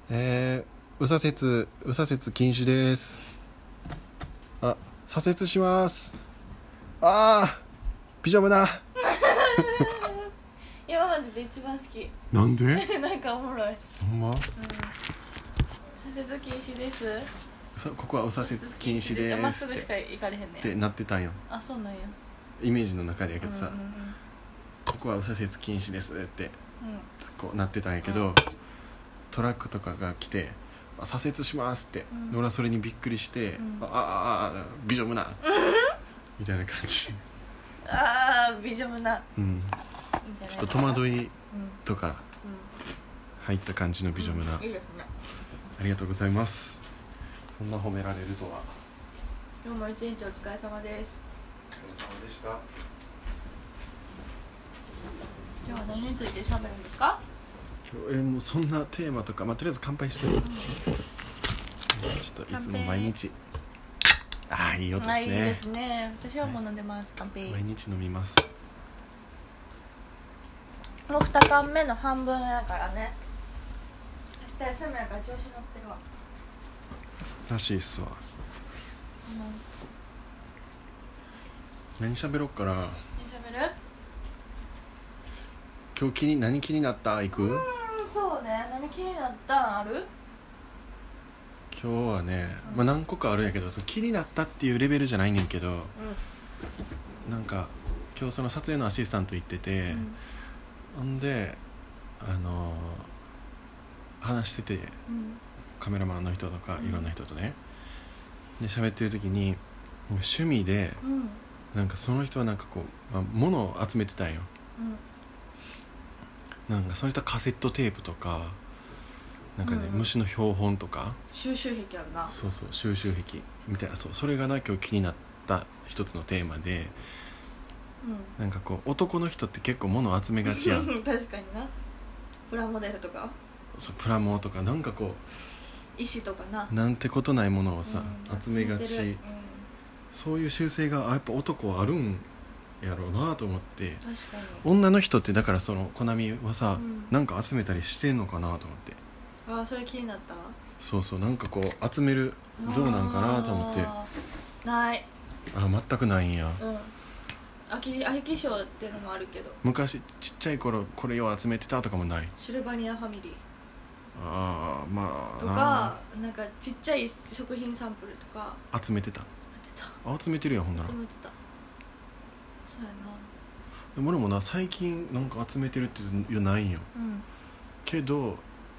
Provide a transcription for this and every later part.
右左折禁止です。あ、左折します。ビジョムだ。 今までで一番好き。 なんでなんかおもろい。 ほんま、 左折禁止です。 ここは右左折禁止ですまっすぐしか行かれへんねんってなってたんよ。 あ、そうなんや。 イメージの中でやけどさ、ここは右左折禁止ですってこうなってたんやけど、トラックとかが来て左折しますって、俺はそれにびっくりして、ビジョムなみたいな感じ。 ビジョムな、 ちょっと戸惑いとか入った感じのビジョムな、 いいですね。 ありがとうございます。そんな褒められるとは。 今日も一日お疲れ様です。 お疲れ様でした。 今日は何について喋るんですか？ もうそんなテーマとか、とりあえず乾杯してる。ちょっといつも毎日いい音ですね。 いいですね。私はもう飲んでます。乾杯。 毎日飲みます。 もう2缶目の半分やからね。明日休みやから調子乗ってるわ。 らしいっすわ。何喋ろっかな。 何喋る？ 今日何気になった？行く？ そうね。何気になったんある？ 今日はね、何個かあるんやけど、気になったっていうレベルじゃないねんけど、なんか今日その撮影のアシスタント行ってて、ほんで話してて、カメラマンの人とかいろんな人とね、で喋ってる時に趣味で、なんかその人はなんかこう、物を集めてたんよ。なんかそれとカセットテープとかなんかね、虫の標本とか収集癖あるな。 そう収集癖みたいな、それがな今日気になった一つのテーマで、なんかこう男の人って結構物を集めがちやん。 確かにな。プラモデルとかプラモとかなんかこう石とかなんてことないものをさ、集めがち、そういう習性がやっぱ男はあるんやろうなと思って。 確かに女の人ってだからそのコナミはさ、なんか集めたりしてんのかなと思って。 それ気になった。 そうなんかこう集めるどうなんかなと思って。 ない。 全くないんや。 飽き性っていうのもあるけど、 昔ちっちゃい頃これを集めてたとかもない？ シルバニアファミリーとなか、なんかちっちゃい食品サンプルとか集めてた。集めてるやん。ほんなら集めてた。そうやな。 でも俺もな最近なんか集めてるっていうのないんよ、けど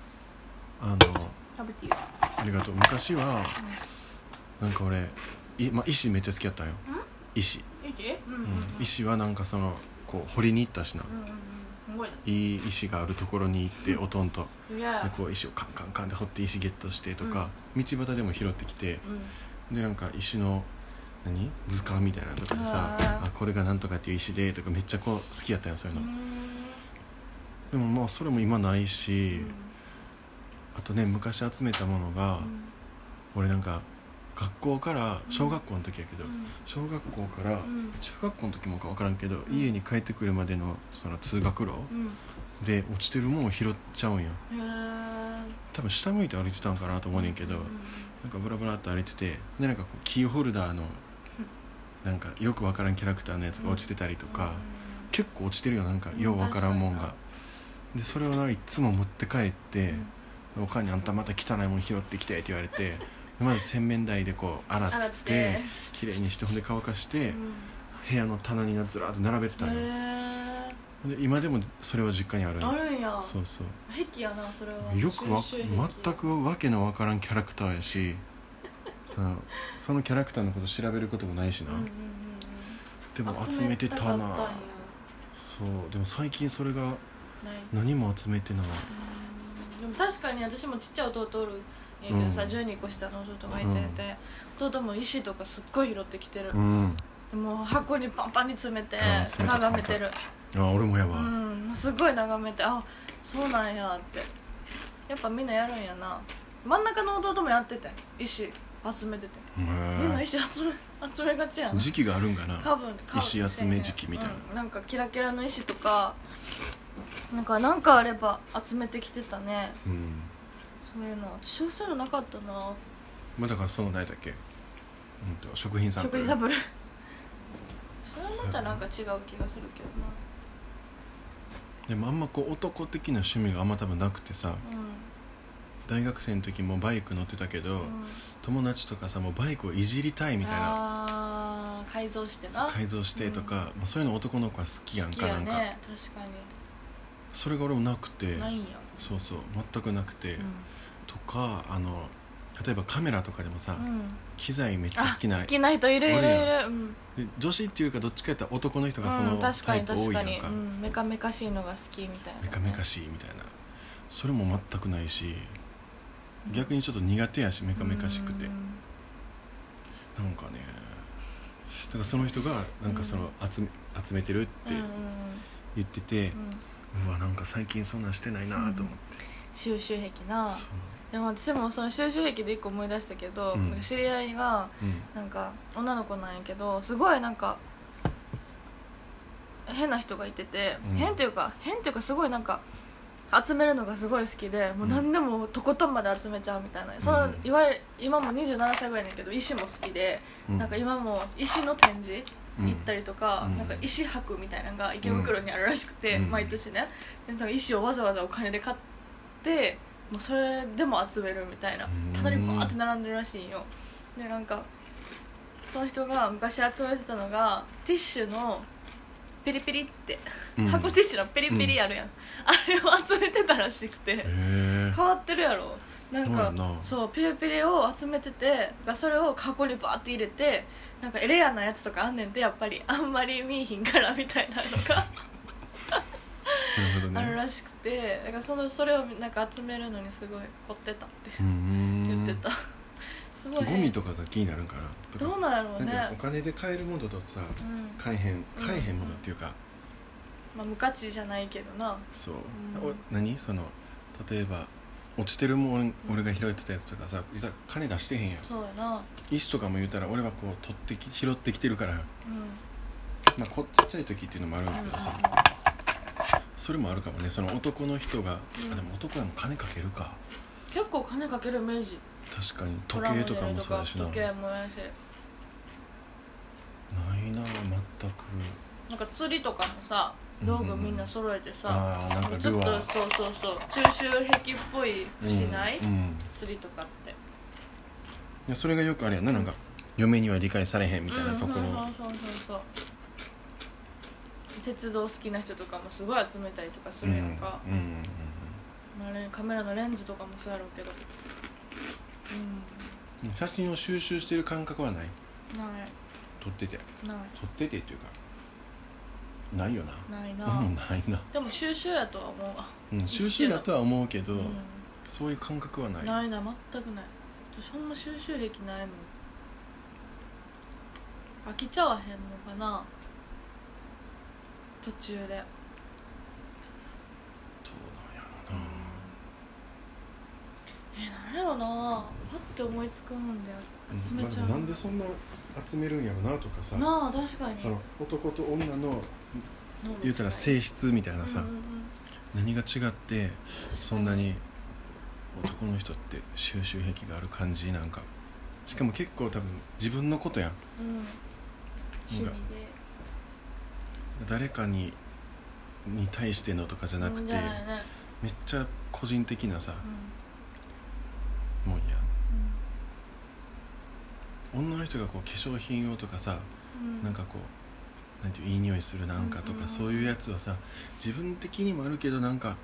食べていいよ。 ありがとう。昔は、なんか俺石めっちゃ好きやったんよ。石はなんかそのこう掘りに行ったしな、いい石があるところに行っておとんとでこう石をカンカンカンで掘って石ゲットしてとか、道端でも拾ってきて、でなんか石の図鑑みたいなのとかでさ、これがなんとかっていう石でとかめっちゃこう好きやったんやそういうの。でもそれも今ないし、あとね昔集めたものが、俺なんか学校から小学校の時やけど、小学校から中学校の時もか分からんけど、家に帰ってくるまでのその通学路で落ちてるものを拾っちゃうんや。多分下向いて歩いてたんかなと思うねんけど、なんかブラブラって歩いてて、でなんかこうキーホルダーのなんかよく分からんキャラクターのやつが落ちてたりとか、結構落ちてるよ。なんかよう分からんもんが。でそれをいつも持って帰って、おかんにあんたまた汚いもん拾ってきてって言われて、まず洗面台でこう洗ってきれいにして、ほんで乾かして、部屋の棚にずらっと並べてたのよ。で今でもそれは実家にあるの。 あるんや。 そう癖やなそれは。 よく全くわけのわからんキャラクターやしそのキャラクターのこと調べることもないしな、でも集めてたな。そうでも最近それが何も集めてない。 でも確かに私もちっちゃい弟おるんやけどさ、12個下の弟がいてて、弟も石とかすっごい拾ってきてる。でも箱にパンパンに詰めて眺めてる。 俺もやわ。 すごい眺めて、そうなんやって。やっぱみんなやるんやな。真ん中の弟もやってて石集めてて、みんな石集めがちやん。 時期があるんかな。 多分石集め時期みたいな、 なんかキラキラの石とかなんかあれば集めてきてたね。 そういうの私はそういうのなかったな。 まあだからその何だっけ、食品サンプル。 それはまたなんか違う気がするけどな。 でもあんまこう男的な趣味があんま多分なくてさ、大学生の時もバイク乗ってたけど、友達とかさもうバイクをいじりたいみたいな、 改造してとか、 まあ、そういうの男の子は好きやんか。 好きやね、 なんか確かに。 それが俺もなくて。 ないんや。 そう全くなくて、とか例えばカメラとかでもさ、機材めっちゃ好きな人いる、で女子っていうかどっちかやったら男の人がそのタイプ多いやんか、 メカメカしいのが好きみたいな、 メカメカしいみたいな。それも全くないし、逆にちょっと苦手やし、メカメカしくて、なんかね、だからその人がなんかその集めてるって言ってて、うわなんか最近そんなんしてないなと思って、 収集癖な。でも私もその収集癖で一個思い出したけど、知り合いがなんか女の子なんやけど、すごいなんか変な人がいてて、変っていうかすごいなんか集めるのがすごい好きで、もう何でもとことんまで集めちゃうみたいな、そのいわゆる今も27歳ぐらいだけど石も好きで、なんか今も石の展示行ったりとか、なんか石博みたいなのが池袋にあるらしくて、毎年ね、でなんか石をわざわざお金で買って、もうそれでも集めるみたいな、棚にバーって並んでるらしいんよ。でなんかその人が昔集めてたのがティッシュのペリペリって、箱ティッシュのペリペリあるやん、あれを集めてたらしくて、変わってるやろ。なんかそうペリペリを集めてて、それを箱にバーって入れて、なんかレアなやつとかあんねんて、やっぱりあんまり見えひんからみたいなのがなるほど、ね、 あるらしくて、だからそれをなんか集めるのにすごい凝ってたって言ってた。すごいゴミとかが気になるんかな。 どうなんやろうね。 お金で買えるものとさ、買えへんものっていうか、 まあ無価値じゃないけどな。 そう、何その例えば落ちてるもん、俺が拾ってたやつとかさ、金出してへんやん。 そうやな。 石とかも言うたら俺はこう拾ってきてるから、まあちっちゃい時っていうのもあるんだけどさ、それもあるかもね。その男の人が、でも男はもう金かけるか。 結構金かけるイメージ。 確かに時計とかもそうだしな。 時計もやしないな全く。 なんか釣りとかもさ、道具みんな揃えてさ、 なんかちょっとそう収集癖っぽいしない、釣りとかって。 いやそれがよくあるやんな、なんか嫁には理解されへんみたいなところ。 そう鉄道好きな人とかもすごい集めたりとかするやんか。カメラのレンズとかもそうやろうけど、 写真を収集してる感覚はない。 ない。 撮っててっていうかないよな。 ないな。 ないな。 でも収集やとは思うわ。 収集だとは思うけど、そういう感覚はない。 ないな、全くない。私ほんま収集癖ないもん。飽きちゃわへんのかな、途中で。どうなんやろな。 なんやろな、パッて思いつくもんで集めちゃう。 なんでそんな集めるんやろなとかさ。 なあ、確かに。 その男と女の言うたら性質みたいなさ、何が違ってそんなに男の人って収集癖がある感じなんか。しかも結構多分自分のことやん、 趣味で誰かに対してのとかじゃなくて、めっちゃ個人的なさ、もんやん。女の人がこう化粧品をとかさ、なんかこうなんていういい匂いするなんかとか、そういうやつはさ自分的にもあるけど、なんか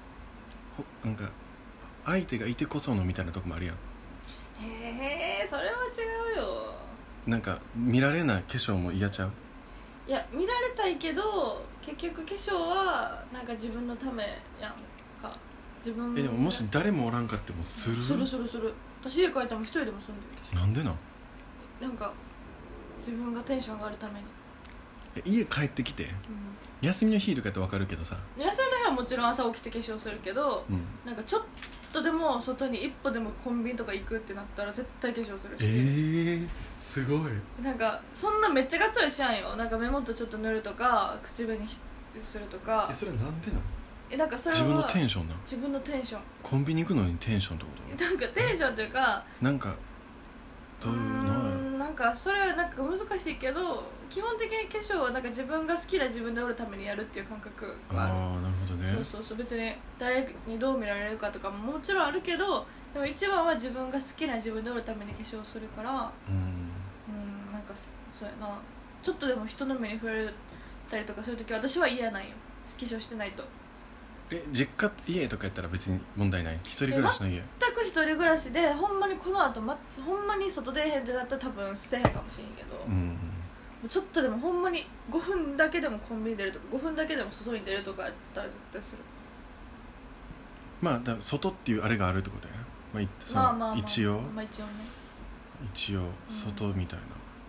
相手がいてこそのみたいなとこもあるやん。 それは違うよ。 なんか見られない化粧も嫌ちゃう。 いや、見られたいけど結局化粧はなんか自分のためやんか。自分でももし誰もおらんかってもする。 私家帰っても一人でも住んでるけど。 なんでなんか自分がテンション上がるために。 家帰ってきて、休みの日とかやったら分かるけどさ、 休みの日はもちろん朝起きて化粧するけど、なんかちょっとでも外に一歩でもコンビニとか行くってなったら絶対化粧するし。すごい。なんかそんなめっちゃガッツリしやんよ。なんか目元ちょっと塗るとか口紅するとか。 それはなんでなの。 なんかそれは自分のテンションな。 自分のテンション。 コンビニ行くのにテンションってこなんかテンションというか、 なんかどういうのなんかそれはなんか難しいけど、基本的に化粧はなんか自分が好きな自分でおるためにやるっていう感覚がある。 ああ、なるほどね。 そう別に誰にどう見られるかとかももちろんあるけど、でも一番は自分が好きな自分でおるために化粧するから、なんかそうやな、ちょっとでも人の目に触れたりとかそういう時は私は嫌なんよ、化粧してないと。 実家家とかやったら別に問題ない？一人暮らしの家？ 全く一人暮らしでほんまにこの後、ほんまに外出えへんってなったら多分せえへんかもしれんけど、ちょっとでもほんまに5分だけでもコンビニ出るとか5分だけでも外に出るとかやったら絶対する。 まあだ外っていうあれがあるってことやな、まあ、一応まあ一応ね、 一応外みたいな、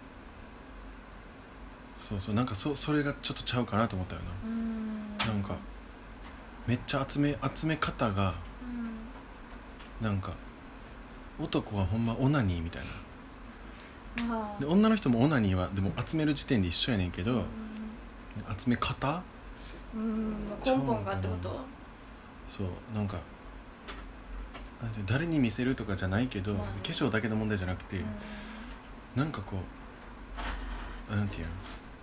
そうなんかそれがちょっとちゃうかなと思ったよな。なんかめっちゃ集め方が、なんか男はほんまオナニーみたいな、で女の人もオナニーはでも集める時点で一緒やねんけど、集め方根本がってこと？ そうなんか誰に見せるとかじゃないけど、化粧だけの問題じゃなくて、なんかこうなんていう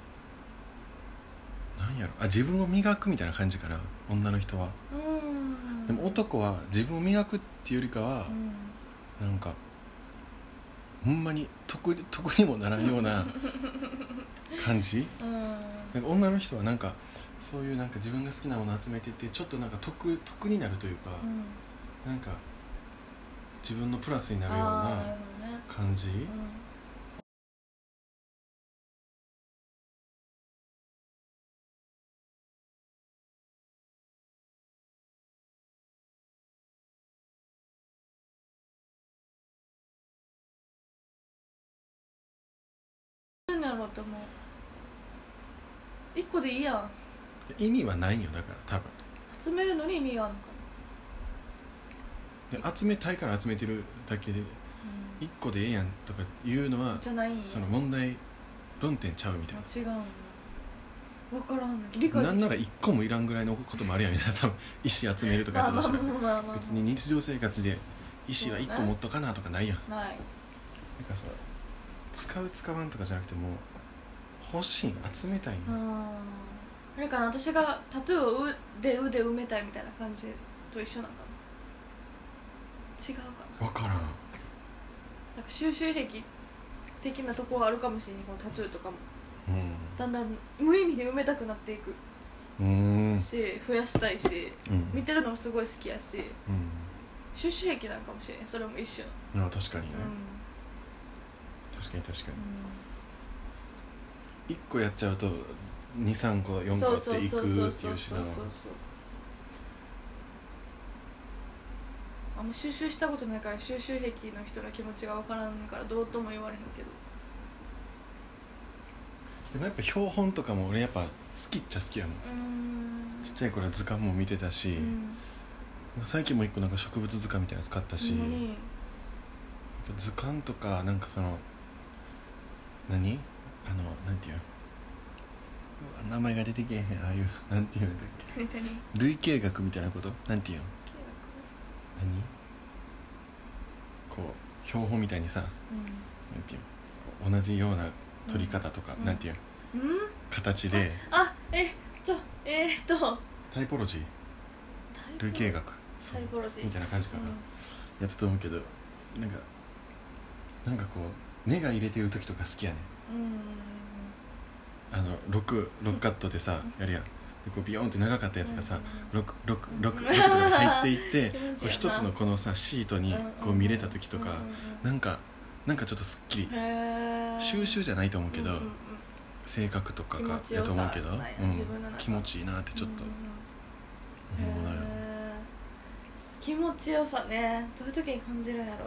の、なんやろ、自分を磨くみたいな感じかな、女の人は。でも男は自分を磨くっていうよりかは、なんかほんまに得にもならんような感じ、なんか女の人はなんかそういうなんか自分が好きなものを集めてて、ちょっとなんか得になるというか、なんか自分のプラスになるような感じ、 何やろうと思う。1個でいいやん。 意味はないよ、だから多分集めるのに意味があるのかな。で集めたいから集めてるだけで、1個でええやんとかいうのはじゃないんや、 その問題論点ちゃうみたいな。 違うんだ、分からんね、理解なんなら1個もいらんぐらいのこともあるやんみたいな。多分石集めるとかやったとしたら別に日常生活で石は1個持っとかなとかないやん。 ない。 なんかそれ使う使わんとかじゃなくて、もう欲しい、集めたいん。 あれかな、私がタトゥーを腕埋めたいみたいな感じと一緒なんかな。違うかな、 分からん。 なんか収集癖的なところあるかもしれない、このタトゥーとかも。だんだん無意味で埋めたくなっていくし、増やしたいし、見てるのもすごい好きやし、収集癖なんかもしれない、それも一種の。 確かにね、確かに1個やっちゃうと2、3個4個っていくっていう手段。 あんま収集したことないから収集癖の人の気持ちが分からんからどうとも言われへんけど、 でもやっぱ標本とかも俺やっぱ好きっちゃ好きやもん。ちっちゃい頃は図鑑も見てたし、最近も1個なんか植物図鑑みたいなの使ったし、やっぱ図鑑とかなんかそのなんていう名前が出てけえへん、ああいうなんていうんだっけ、類型学みたいなこと、なんていうの、こう標本みたいにさ、なんていうの、こう同じような取り方とか、なんていうの、形でタイポロジー、類型学みたいな感じかな、やったと思うけど、なんかこう根が入れてる時とか好きやねん。6カットでさやるやん。でこうビヨーンって長かったやつがさ、6とかで入っていってこう一つのこのさシートにこう見れた時とか、なんかちょっとすっきり、収集じゃないと思うけど、性格とかがやと思うけど、気持ちいいなってちょっと思うなよ。 気持ちよさね、どういう時に感じるんやろ。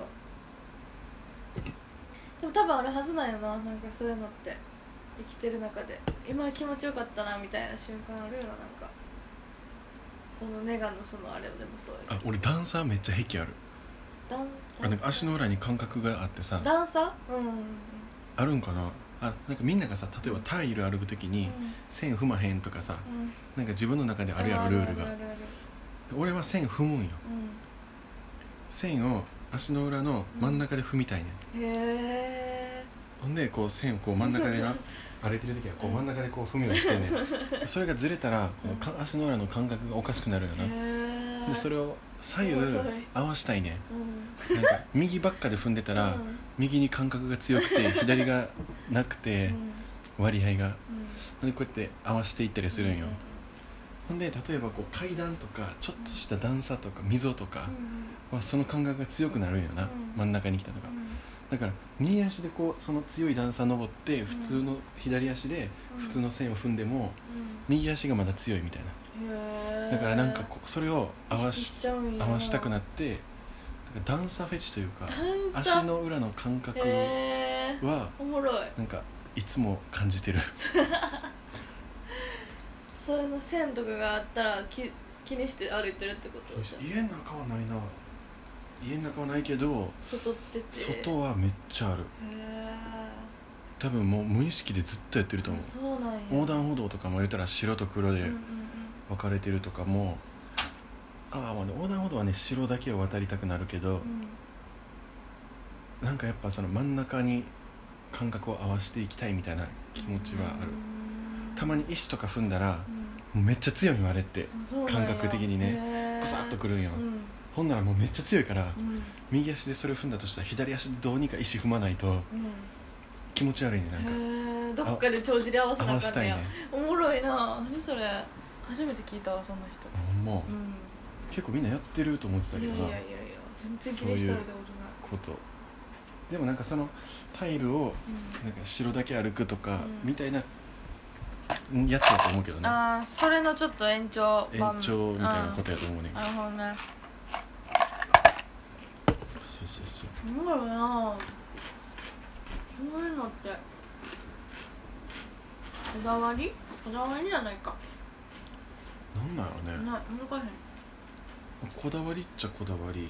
でも多分あるはずなんよな、なんかそういうのって生きてる中で今気持ちよかったなみたいな瞬間あるよな。なんかそのネガのそのあれでもそういう。 俺ダンサーめっちゃ癖ある。なんか足の裏に感覚があってさ。 ダンサー？ あるんかな。なんかみんながさ、例えばタイル歩くときに線踏まへんとかさ、なんか自分の中であるやろルールが。 俺は線踏むんよ、線を足の裏の真ん中で踏みたいね、 へえ。 ほんでこう線をこう真ん中でな歩いてる時はこう真ん中でこう踏むようにしてねそれがずれたらこの足の裏の感覚がおかしくなるよな。でそれを左右合わしたいね、なんか右ばっかで踏んでたら、右に感覚が強くて左がなくて、割合が、でこうやって合わせていったりするんよ、ほんで例えばこう階段とかちょっとした段差とか溝とかはその感覚が強くなるんよな、真ん中に来たのが、だから右足でこうその強い段差登って普通の左足で普通の線を踏んでも右足がまだ強いみたいな、だからなんかこうそれを合わしたくなって、段差フェチというか足の裏の感覚はおもろい、 なんかいつも感じてるそれの線とかがあったら気にして歩いてるってこと？ 家の中はないな、家の中はないけど外はめっちゃある。多分もう無意識でずっとやってると思う。 そうなんや。 横断歩道とかも言ったら白と黒で分かれてるとかも、まあ横断歩道はね白だけを渡りたくなるけど、なんかやっぱその真ん中に感覚を合わせていきたいみたいな気持ちはある。たまに石とか踏んだら、もうめっちゃ強いのあれって感覚的にねグサッとくるんよ、ほんならもうめっちゃ強いから、右足でそれを踏んだとしたら左足でどうにか石踏まないと気持ち悪いね。なんかどっかで帳尻合わせなあかんねや。 合わしたいね。 おもろいな。何それ、初めて聞いたわそんな人。 ほんま、結構みんなやってると思ってたけどな。 いや全然気にしてるってことない。 ことでもなんかそのタイルをなんか白だけ歩くとかみたいなやつだと思うけどね。 それのちょっと延長みたいなことやと思うね。 なるほどね。 そうおもろいな。そういうのってこだわりじゃないか。 なんだろうね。 難しい。 こだわりっちゃこだわり。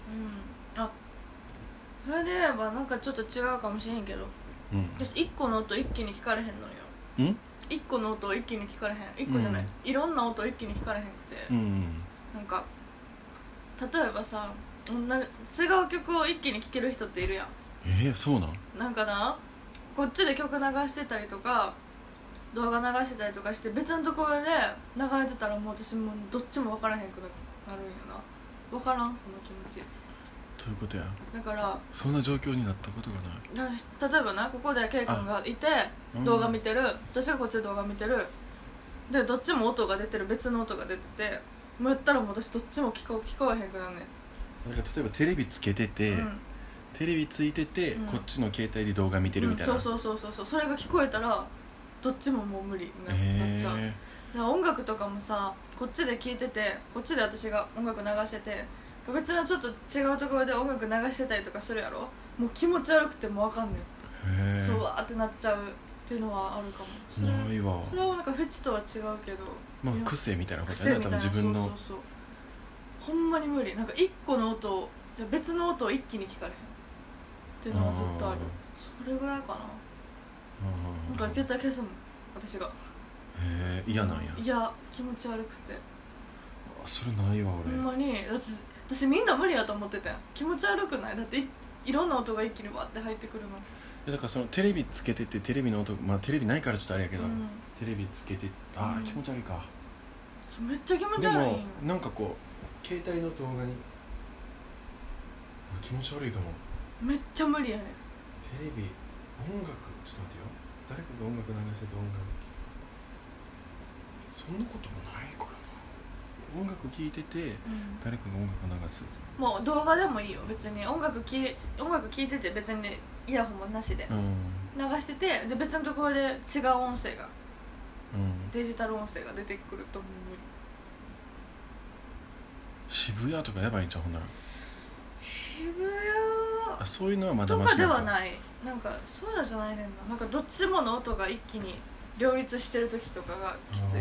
それで言えばなんかちょっと違うかもしれへんけど、私1個の音一気に聞かれへんのよ。1個の音を一気に聞かれへん。1個じゃない、いろんな音を一気に聞かれへんくて、なんか例えばさ、違う曲を一気に聴ける人っているやん。 そうなん？ なんかな、こっちで曲流してたりとか動画流してたりとかして別のところで流れてたらもう私もうどっちも分からへんくなるんよな。分からんその気持ち。 どういうことや。 だからそんな状況になったことがない。 例えばな、ここでケイ君がいて動画見てる、私がこっちで動画見てるで、どっちも音が出てる、別の音が出てて、もうやったらもう私どっちも聞こえへんくなんねん。 なんか例えばテレビつけてて、テレビついてて、こっちの携帯で動画見てるみたいな、 そうそれが聞こえたらどっちももう無理になっちゃう。だから音楽とかもさ、こっちで聴いてて、こっちで私が音楽流してて、別のちょっと違うところで音楽流してたりとかするやろ。もう気持ち悪くてもう分かんねん。そうわーってなっちゃうっていうのはあるかも。 ないわ。 それはなんかフェチとは違うけど、 まあ癖みたいなことやな、多分自分の。 そうほんまに無理。なんか一個の音をじゃ別の音を一気に聞かれへんっていうのがずっとある。それぐらいかな。なんか絶対消すもん私が。 嫌なんや。 いや気持ち悪くて。 それないわ俺。 ほんまに私みんな無理やと思ってたよ。気持ち悪くない？だっていろんな音が一気にわって入ってくるの。 だからそのテレビつけてて、テレビの音、まあテレビないからちょっとあれやけど、テレビつけて気持ち悪いか。 めっちゃ気持ち悪い。 でもなんかこう携帯の動画に気持ち悪いかも。 めっちゃ無理やね。 テレビ音楽ちょっと待ってよ。誰かが音楽流してて音楽聴く。そんなこともないからな。音楽聴いてて、誰かが音楽流す。 もう動画でもいいよ別に。音楽聴いてて別にイヤホンもなしで、流してて、で別のところで違う音声が、デジタル音声が出てくるともう無理。 渋谷とかやばいんちゃう？ほんなら渋谷そういうのはまだマシとかではない。なんかそういうのじゃないねんな。なんかどっちもの音が一気に両立してる時とかがきつい。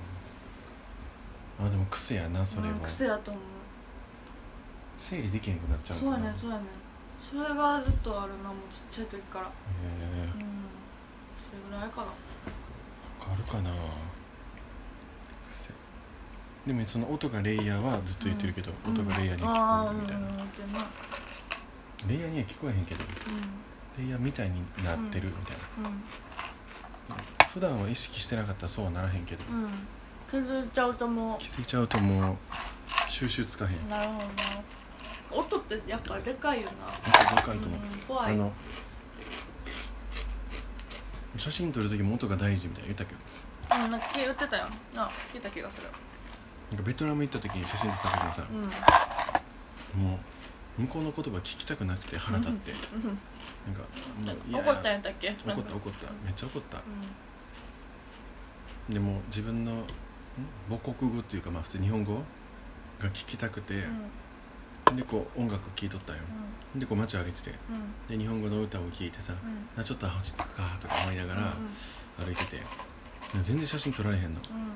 でも癖やな、それは。 癖やと思う。 整理できへんくなっちゃうかな。 そうやね。それがずっとあるな、もうちっちゃい時から。それぐらいかな。 あるかな癖。 でもその音がレイヤーはずっと言ってるけど、音がレイヤーに聞こえるみたいな、レイヤーには聞こえへんけど、レイヤーみたいになってるみたいな、普段は意識してなかったらそうはならへんけど、 気づいちゃうともう収集つかへん。 なるほどな。音ってやっぱでかいよな。 音でかいと思う、 怖い。 写真撮る時も音が大事みたいな言ったけど、 なんか言ってたよな、聞いた気がする。 なんかベトナム行った時に写真撮った時にさ、もう向こうの言葉聞きたくなって腹立ってなんかもう怒ったんやったっけ。 怒っためっちゃ怒った、でも自分の母国語っていうか、普通日本語が聞きたくて、でこう音楽聴いとったよ、でこう街歩いてて、で日本語の歌を聴いてさ、ちょっと落ち着くかとか思いながら歩いてて、全然写真撮られへんの、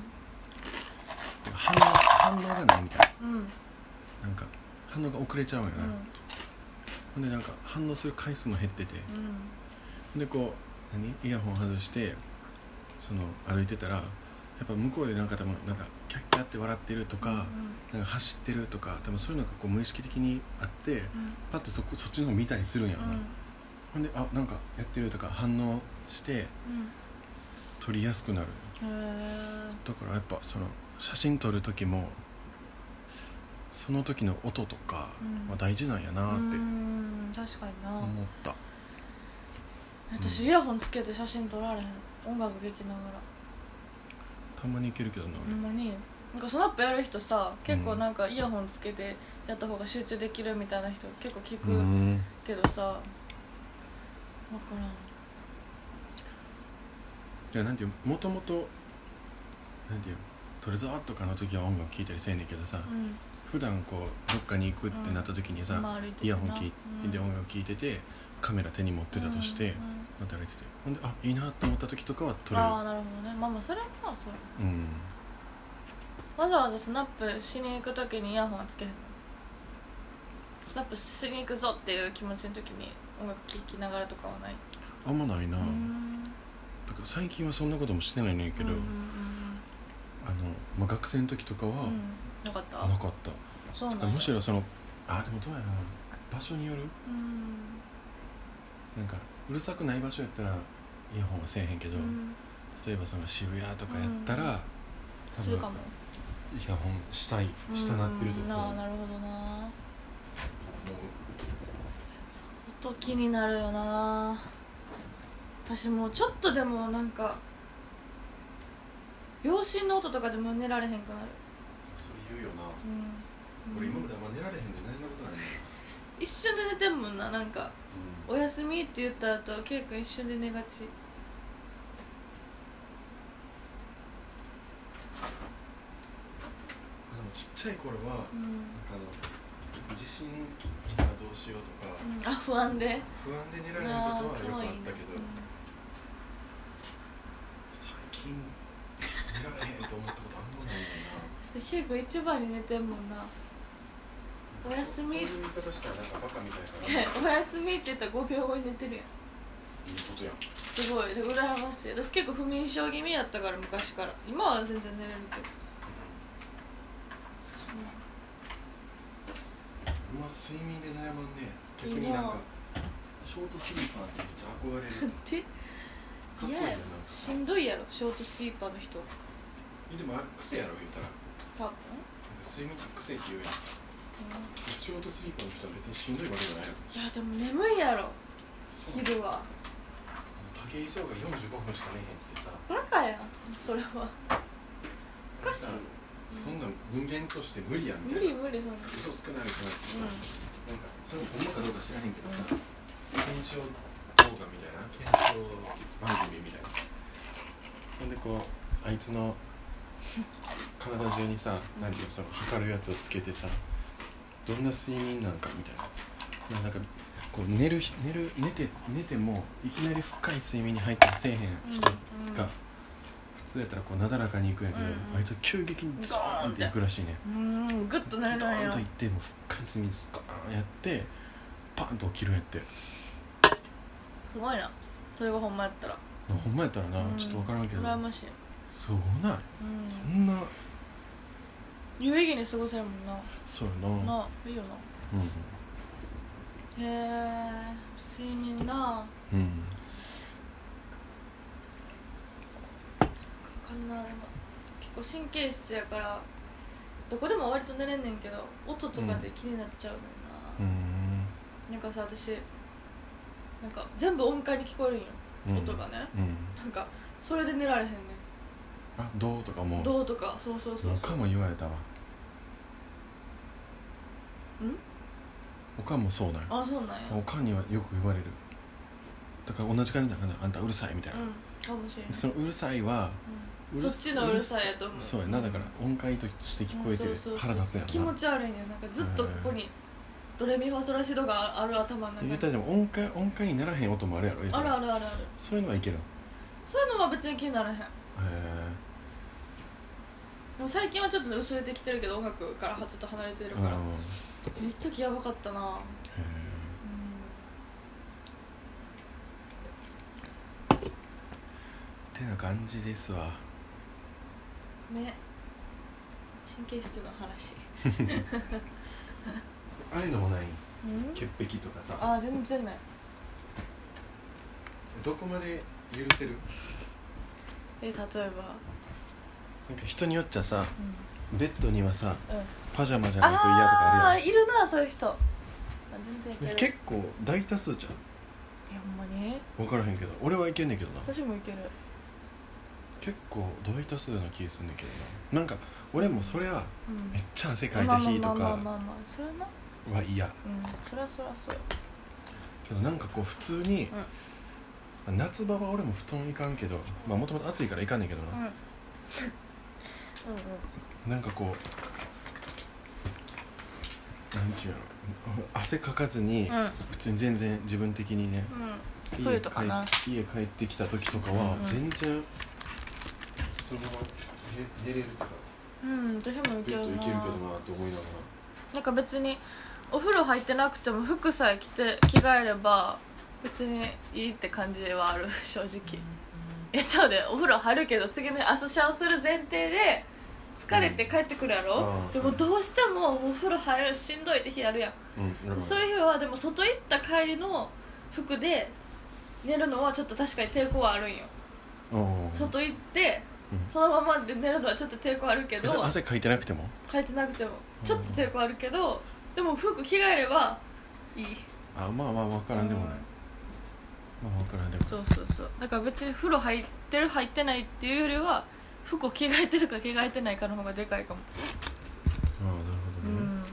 反応がないみたいな、なんか反応が遅れちゃうんよな、ほんでなんか反応する回数も減ってて、でこうイヤホン外してその歩いてたら、やっぱ向こうでなんか多分なんかキャッキャって笑ってるとか、なんか走ってるとか、多分そういうのがこう無意識的にあって、パッてそっちの方見たりするんやろな、ほんでなんかやってるとか反応して撮りやすくなる、だからやっぱその写真撮る時もその時の音とかは大事なんやなって確かにな思った。 私イヤホンつけて写真撮られへん、音楽聴きながら。 たまにいけるけどな。 ほんまになんかスナップやる人さ、結構なんかイヤホンつけてやった方が集中できるみたいな人結構聞くけどさ、分からん。 いやなんていうもともとなんていう撮るぞとかの時は音楽聴いたりせんねんけどさ、普段こうどっかに行くってなった時にさ、イヤホン聴いて音楽聴いててカメラ手に持ってたとして、また歩いてて、ほんでいいなと思った時とかは撮れる。 なるほどね。それはそうわざわざスナップしに行く時にイヤホンはつけへんの？スナップしに行くぞっていう気持ちの時に音楽聴きながらとかはない？ あんまないな。だから最近はそんなこともしてないねんけど、学生の時とかはなかった。そうなんや。 だからむしろそのでもどうやな、場所による。なんかうるさくない場所やったらイヤホンはせえへんけど、例えばその渋谷とかやったら、多分イヤホン下なってるとか。なるほどな。 音気になるよな。私もうちょっとでもなんか秒針の音とかでも寝られへんくなる。 それ言うよな。俺今まであんま寝られへんで何なことないね。 一瞬で寝てんもんな。なんか、おやすみって言った後ケイ君一瞬で寝がち。 でもちっちゃい頃は、地震来たらどうしようとか、 不安で寝られないことはよくあったけど、最近寝られへんと思ったことあんまないもんな。 ケイ君一番に寝てんもんな。おやすみ。そういう言い方したらなんかバカみたいから。 おやすみって言ったら5秒後に寝てるやん。 いいことやん。 すごいで羨ましい。私結構不眠症気味やったから昔から。今は全然寝れるけど。 睡眠で悩まんね。逆になんかショートスリーパーってめっちゃ憧れるっていやしんどいやろショートスリーパーの人。 でも癖やろ言ったら。 多分睡眠って癖って言うやん。ショートスリーパーの人は別にしんどいわけじゃないやろ。 いやでも眠いやろ昼は。 武井壮が45分しか寝へんっつってさ、 バカやんそれは。おかしい。 そんな人間として無理やみたいな。 無理そんな嘘つかないとなってさ、なんかそれほんまかどうか知らへんけどさ、検証動画みたいな、検証番組みたいな。ほんでこうあいつの体中にさ、なんていうその測るやつをつけてさ、どんな睡眠なんかみたいな。なんかこう寝てもいきなり深い睡眠に入ってせえへん人が。普通やったらこうなだらかに行くんやけど、あいつは急激にゾーンって行くらしいね。 グッと寝るんや。 ゾーンと行ってもう深い睡眠スカーンやってパンと起きるんやって。 すごいな。それがほんまやったら。 ほんまやったらな、ちょっと分からんけど。 羨ましい。 すごない、そんな有意義に過ごせるもんな。 そうやな。 いいよな。 うん、 へえ、睡眠な。 うん、 かんな。でも結構神経質やからどこでも割と寝れんねんけど、音とかで気になっちゃうねんな。なんかさ、私なんか全部音階に聞こえるんよ、音がね。なんかそれで寝られへんねん。 あ、どうとかもどうとか、そうおかんも言われたわ。おかんもそうなんや。 あ、そうなんや。 おかんにはよく言われる。だから同じ感じだから、あんたうるさいみたいな。 かもしれない。 そのうるさいは、 そっちのうるさいやと思う。 そうやな。だから音階として聞こえて腹立つやんな。 気持ち悪いね。なんかずっとここにドレミファソラシドがある頭の中に。 言ったらでも音階にならへん音もあるやろ。 あるあるあるある。 そういうのはいける。 そういうのは別に気にならへん。 へでも最近はちょっと薄れてきてるけど、音楽からちょっと離れてるから。一時やばかったな。 てな感じですわね。神経質の話ああいうのもない？潔癖とかさ。 あ、全然ない。 どこまで許せる？ 例えばなんか人によっちゃさ、ベッドにはさ、パジャマじゃないと嫌とかあるやん。 いるな、そういう人。全然結構大多数じゃん。 ほんまに分からへんけど、俺はいけんねんけどな。 私もいける。 結構大多数な気すんねんけどな。なんか俺もそりゃ、めっちゃ汗かいた日とかそれなは嫌。 そりゃそうけどなんかこう普通に、夏場は俺も布団いかんけど、まあもともと暑いからいかんねんけどな。なんかこうなんちゅうやろ、汗かかずに、普通に全然自分的にね、 冬とかな、 家帰ってきた時とかは、全然そのまま寝れるとか、 私もいけるな。 ベッドいけるけどなと思いながら、 なんか別にお風呂入ってなくても服さえ着替えれば別にいいって感じはある正直。そうで、お風呂入るけど次の日朝シャワーする前提で疲れて帰ってくるやろ、でもどうしてもお風呂入るのしんどいって日あるやん、そういう日はでも外行った帰りの服で寝るのはちょっと確かに抵抗はあるんよ。外行って、そのままで寝るのはちょっと抵抗あるけど、 汗かいてなくてもちょっと抵抗あるけど、でも服着替えればいい。 まあ分からんでもない、分からんでもない。 そうだから別に風呂入ってる入ってないっていうよりは服を着替えてるか着替えてないかの方がでかいかも。 なるほどね。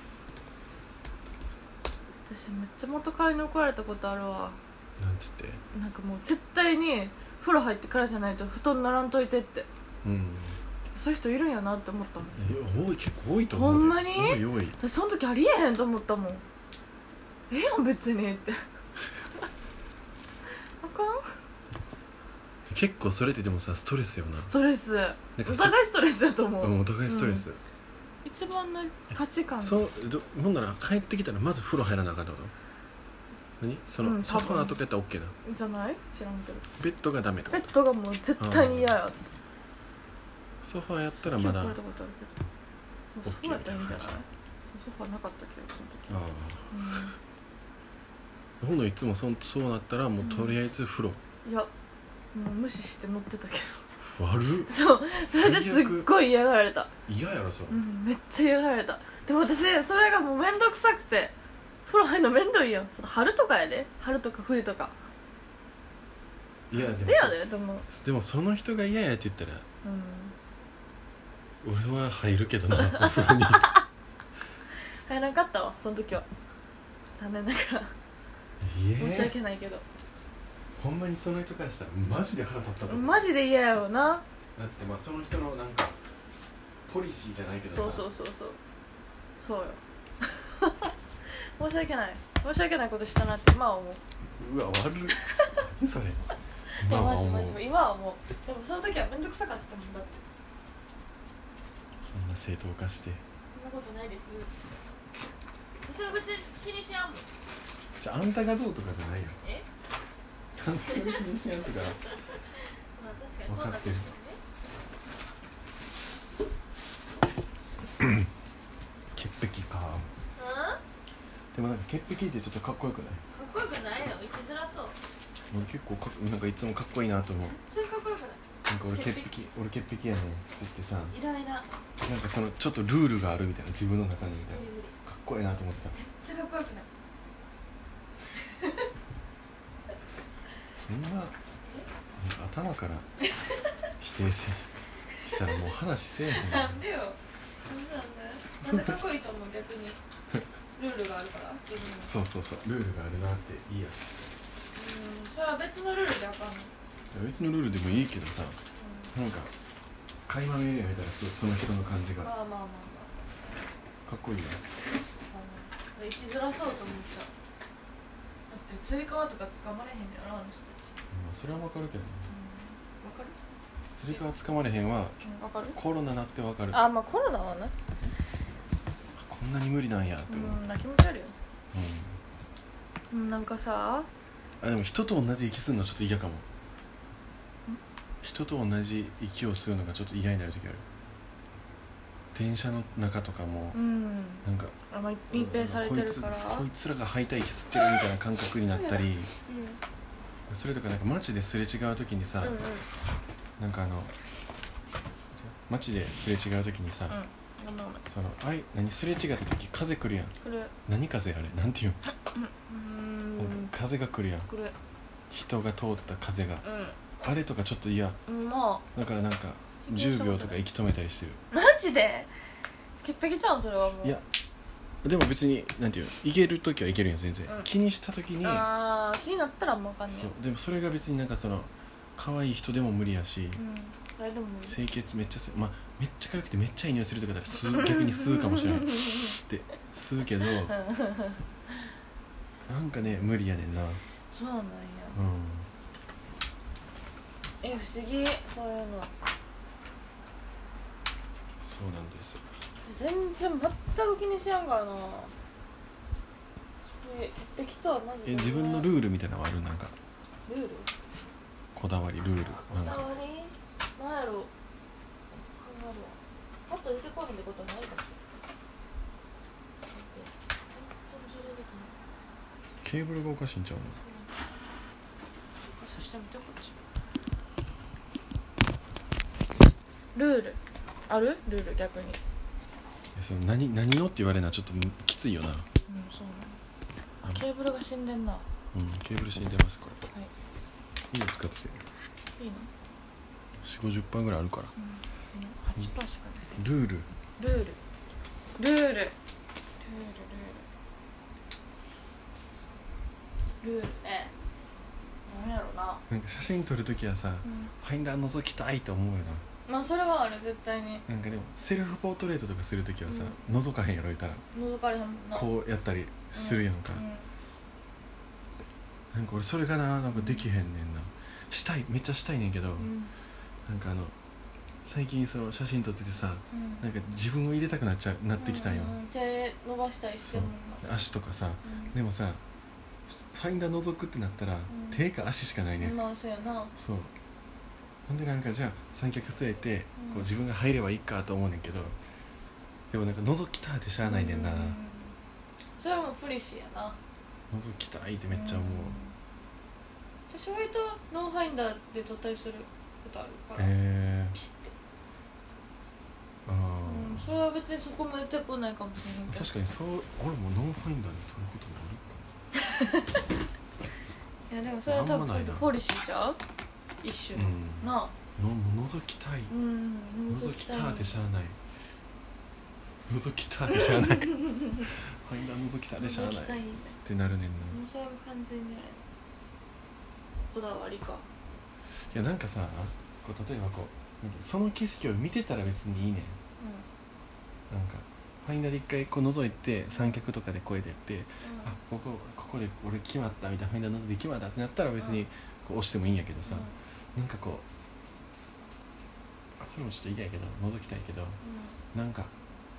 私めっちゃ元彼に怒られたことあるわ。 なんつって？ なんかもう絶対に風呂入ってからじゃないと布団ならんといてって。そういう人いるんやなって思ったもん。 結構多いと思う。 ほんまに？ 多い。 私その時ありえへんと思ったもん。やん別にってあかん。 結構それってでもさ、ストレスよな。 ストレス、お互いストレスだと思う。 お互いストレス、 一番の価値観。 ほんなら帰ってきたらまず風呂入らなあかんってこと？何？そのソファーとかやったら OK なじゃない？知らんけどベッドがダメとか。 ベッドがもう絶対に嫌や。 ソファーやったらまだ OK みたいな感じ。ソファーなかったけどその時。 ほんのいつもそうなったらもうとりあえず風呂。 いやもう無視して乗ってたけど。 悪っ。 そうそれですっごい嫌がられた。 嫌やろそれ。 めっちゃ嫌がられた。でも私それがもうめんどくさくて、風呂入るのめんどいやん。その春とかやで、春とか冬とか。 いやでもその人が嫌やって言ったら、俺は入るけどなお風呂に。 入らなかったわその時は、残念ながら。申し訳ないけど。 ほんまにその人からしたらマジで腹立ったと思う。 マジで嫌やろうな。 だってまあその人のなんかポリシーじゃないけどさ。 そうよ。申し訳ないことしたなって今は思う。 うわ悪っ。何それ。 マジ今は思う。でもその時はめんどくさかったもんだって。 そんな正当化して。 そんなことないです。私は別に気にしやんもん。 じゃああんたがどうとかじゃないよ。あんたが気にしやんとか。 まあ確かにそうなんですけどね。 でもなんか潔癖ってちょっとかっこよくない？ かっこよくないよ、生きづらそう。 俺結構なんかいつもかっこいいなと思う。 全然かっこよくない。 なんか俺潔癖やねんって言ってさ、 イライラ。 なんかそのちょっとルールがあるみたいな、自分の中にみたいな、かっこいいなと思ってた。 全然かっこよくない。 そんな、なんか頭から否定したらもう話せえへん。 なんでよ。なんでかっこいいと思う、逆に。ルールがあるから。 そうルールがあるなっていいや。 それは別のルールであかんの？ 別のルールでもいいけどさ、なんか垣間見るやめたらその人の感じがかっこいいね。 生きづらそうと思っちゃう。だってつり革とか掴まれへんだよな、あの人たち。 それはわかるけどね。 わかる？ つり革掴まれへんはコロナなってわかる。 あ、まあコロナはね、 こんなに無理なんやって思う。 気持ち悪いよ。なんかさ、 でも人と同じ息するのちょっと嫌かも。人と同じ息をするのがちょっと嫌になる時ある。電車の中とかも、なんか密閉されてるからこいつらが吐いた息吸ってるみたいな感覚になったり、それとかなんか街ですれ違う時にさ、なんか街ですれ違う時にさ、その何すれ違った時風来るやん。何風あれなんていうの？なんか風が来るやん。人が通った風が、あれとかちょっと嫌。だからなんか10秒とか息止めたりしてる。 マジで？潔癖ちゃうんそれはもう。 いやでも別になんていうの、いける時はいけるやん全然、気にした時に、 気になったらもう分かんない。 そうでもそれが別になんかその可愛い人でも無理やし、 誰でも無理。 清潔めっちゃめっちゃ可愛くてめっちゃいい匂いするとかだったら逆に吸うかもしれないって吸うけどなんかね無理やねんな。 そうなんや。不思議そういうの。 そうなんです。 全然全く気にしやんからな。それ潔癖とはマジで。 自分のルールみたいなのはある？なんかルール？ こだわりルール。 こだわり？なんやろ。考えるわ。パッと出てこないってことないかもしれない。 ケーブルがおかしいんちゃうの？ さしてみてこっち。ルールある？ルール逆に。 その何のって言われるのはちょっときついよな。そうなの。ケーブルが死んでんな。 ケーブル死んでますこれ。はい。いいの使ってて。 いいの ？40-50% ぐらいあるから。 8%しかない。 ルールね。なんやろな。なんか写真撮るときはさ、ファインダー覗きたいと思うよな。 まあそれはある絶対に。 なんかでもセルフポートレートとかするときはさ、覗かへんやろいたら。 覗かれへんもんな。こうやったりするやんか。なんか俺それがなんかできへんねんな。めっちゃしたいねんけど、なんか最近その写真撮っててさ、なんか自分を入れたくなってきたんよ。 手伸ばしたりしてるもんな。 足とかさ、でもさファインダー覗くってなったら、手か足しかないね。 まあそうやな。 そうほんでなんかじゃあ三脚据えて、こう自分が入ればいいかと思うねんけど、でもなんか覗きたいってしゃあないねんな。 それはもうプリシーやな。 覗きたいってめっちゃ思う。 私割とノーファインダーで撮ったりすることあるから、ピシッて。それは別にそこまで手こないかもしれないけど。 確かにそう、俺もノーファインダーで撮ることもあるかな。 いやでもそれは多分ポリシーじゃう一種なあ。 覗きたい、覗きたいってしゃあない。覗きたいってしゃあない。ファインダー覗きたいってしゃあないってなるねんな。 それも完全にこだわりか。 いやなんかさ、こう例えばこうその景色を見てたら別にいいねん。なんかファインダーで一回こう覗いて三脚とかでこうやってやって、ここで俺決まったみたいな、ファインダー覗いて決まったってなったら別にこう押してもいいんやけどさ、なんかこうそれもちょっと嫌やけど覗きたいけど、なんか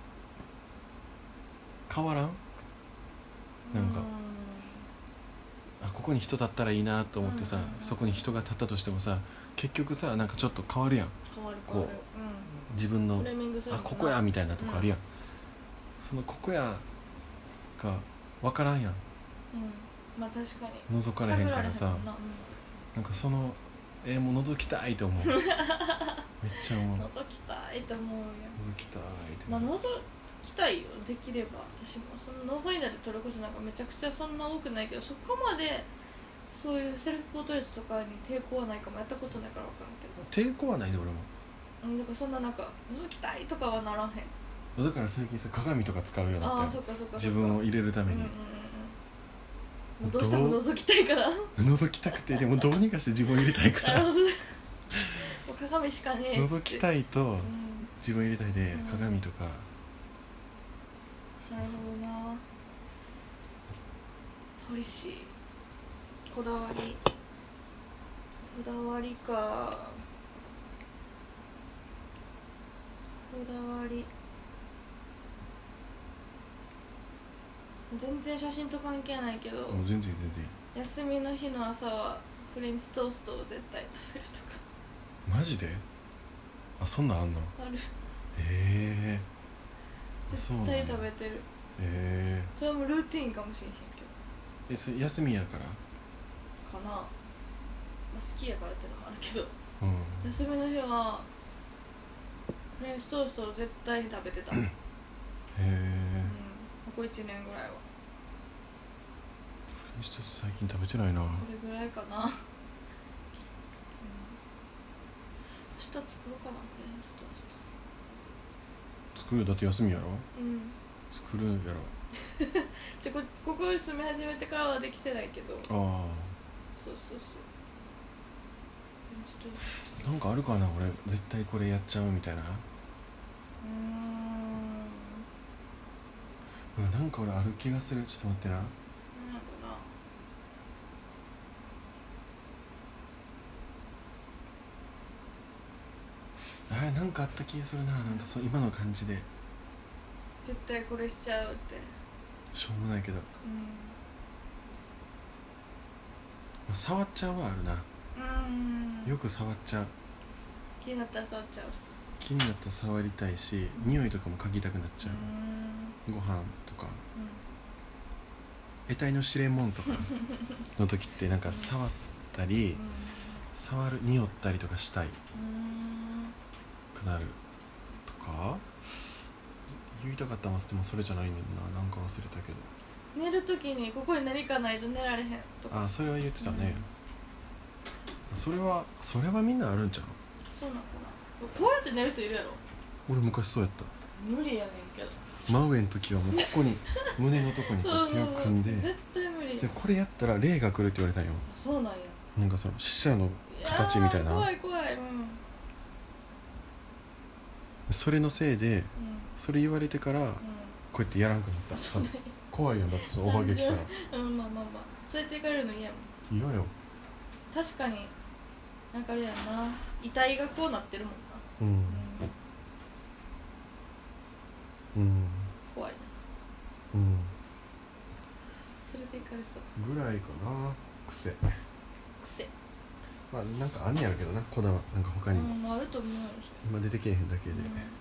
変わらん？なんかここに人立ったらいいなと思ってさ、そこに人が立ったとしてもさ、結局さなんかちょっと変わるやん。こう自分のここやみたいなとこあるやん。そのここやが分からんやん。 まあ確かに覗かれへんからさ、なんかそのもう覗きたいと思うめっちゃ思う。 覗きたいと思うよ。 覗きたいってまあ覗きたいよ、できれば。私もそのノーファイナル撮ることなんかめちゃくちゃそんな多くないけど、そこまでそういうセルフポートレートとかに抵抗はないかも。やったことないから分からんけど。 抵抗はないで俺も。 だからそんななんか覗きたいとかはならへん。 だから最近さ鏡とか使うようになったよ。 ああそっかそっか。 自分を入れるために、 どうしても覗きたいから覗きたくて、でもどうにかして自分を入れたいから鏡しかねえ覗きたいと自分入れたいで、鏡とか。 なるほどな。ポリシー、こだわりか。こだわり全然写真と関係ないけど、 全然休みの日の朝はフレンチトーストを絶対食べるとか。 マジで？あ、そんなんあんの？ ある。絶対食べてる。それもルーティンかもしれへんけど。 それ休みやからかな、まあ、好きやからってのもあるけど、休みの日はフレンチトーストを絶対に食べてた。ここ1年ぐらいは。フレンチトースト最近食べてないな。 それぐらいかな。明日作ろうかな、フレンチトースト。 作るよ、だって休みやろ。作るやろ。 じゃここ住み始めてからはできてないけど。そうなんかあるかな、俺絶対これやっちゃうみたいな。なんか俺ある気がする。ちょっと待ってな。 なんやろな。 なんかあった気がするな。なんか今の感じで絶対これしちゃうって。 しょうもないけど、触っちゃうはあるな。よく触っちゃう。 気になったら触っちゃう。 気になったら触りたいし、匂いとかも嗅ぎたくなっちゃう。ご飯とか、得体の知れんもんとかの時ってなんか触ったり、匂ったりとかしたいくなるとか。言いたかったのはでもそれじゃないねんな。なんか忘れたけど。 寝る時にここに何かないと寝られへんとか。 それは言ってたね。それはみんなあるんちゃう。 そうなのかな。こうやって寝る人いるやろ。 俺昔そうやった。 無理やねんけど。 真上の時はもうここに胸のとこにこう手を組んで絶対無理。 でこれやったら霊が来るって言われたんよ。 そうなんや。 なんかその死者の形みたいな。 怖い。 それのせいで、それ言われてから、こうやってやらんくなった。怖いよ。だってお化け来たら。 まあ連れて行かれるの嫌やもん。 嫌よ。 確かに。なんかあれやな、遺体がこうなってるもんな。怖いな。連れて行かれそうぐらいかな。癖。まあなんかあんねやるけどな、こだわなんか他にも、 あると思うよ。 今出てけえへんだけで、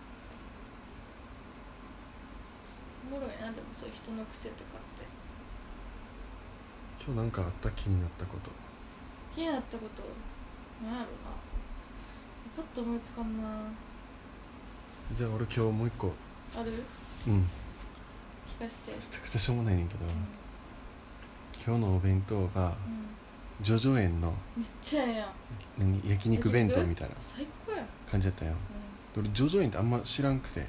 おもろいな。でもそういう人の癖とかって。 今日なんかあった？気になったこと。 なんやろな。パッと思いつかんな。 じゃあ俺今日もう一個ある？聞かせて。 めちゃくちゃしょうもないねんけど、今日のお弁当が、叙々苑のめっちゃええやん。 焼肉弁当みたいな最高やん。 感じだったよ。俺叙々苑ってあんま知らんくて、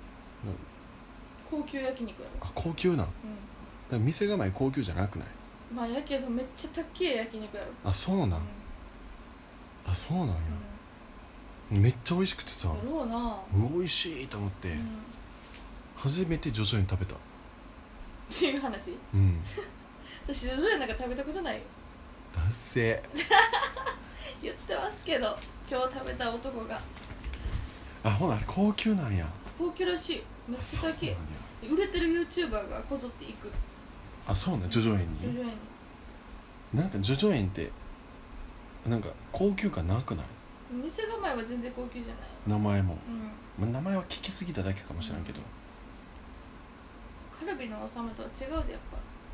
高級焼肉やろ。 高級なん。だから店構え高級じゃなくない？ まあやけどめっちゃ高い焼肉やろ。 そうなん。そうなんや。めっちゃ美味しくてさ、美味しいと思って、初めて叙々苑食べたっていう話。私叙々苑なんか食べたことないよ。 だっせ言ってますけど、今日食べた男が。 ほなあれ高級なんや。 高級らしい。めっちゃ高い。売れてる YouTuber がこぞって行く。 そうなん。叙々苑に。なんか叙々苑ってなんか高級感なくない？ 店構えは全然高級じゃない。 名前も、名前は聞きすぎただけかもしれんけど、 カルビの王様とは違うでやっぱ。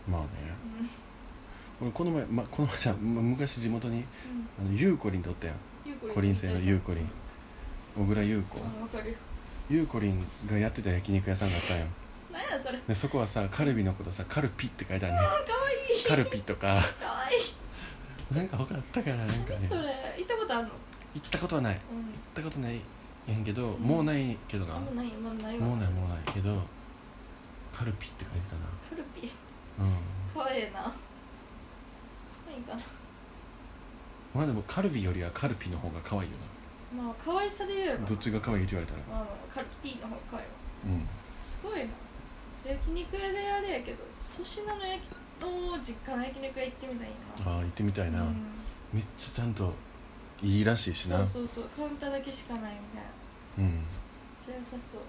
まあね、俺この前じゃ昔地元に、ゆうこりんとおったやん。コリン製のゆうこりん、小倉優子。ゆうこりんがやってた焼肉屋さんがあったんよ。 何やそれ。 でそこはさ、カルビのことさ、カルピって書いてあるね。 かわいい。 カルピとかかわいい。 なんか他あったから、なんかね。 それ行ったことあるの？ 行ったことはない、行ったことないやんけど、もうないけどな。もうないけど、カルピって書いてたな。 カルピ。 うん。 かわいいな。かわいいかな。 まあでもカルビよりはカルピの方が可愛いよな。まあ可愛さで言えば。 どっちが可愛いって言われたら。 まあカルピの方が可愛いわ。 うん。 すごいな。焼肉屋であれやけど、粗品の実家の焼肉屋行ってみたいな。 ああ、行ってみたいな。めっちゃちゃんといいらしいしな。 そうカウンターだけしかないみたいな。めっちゃ良さそう。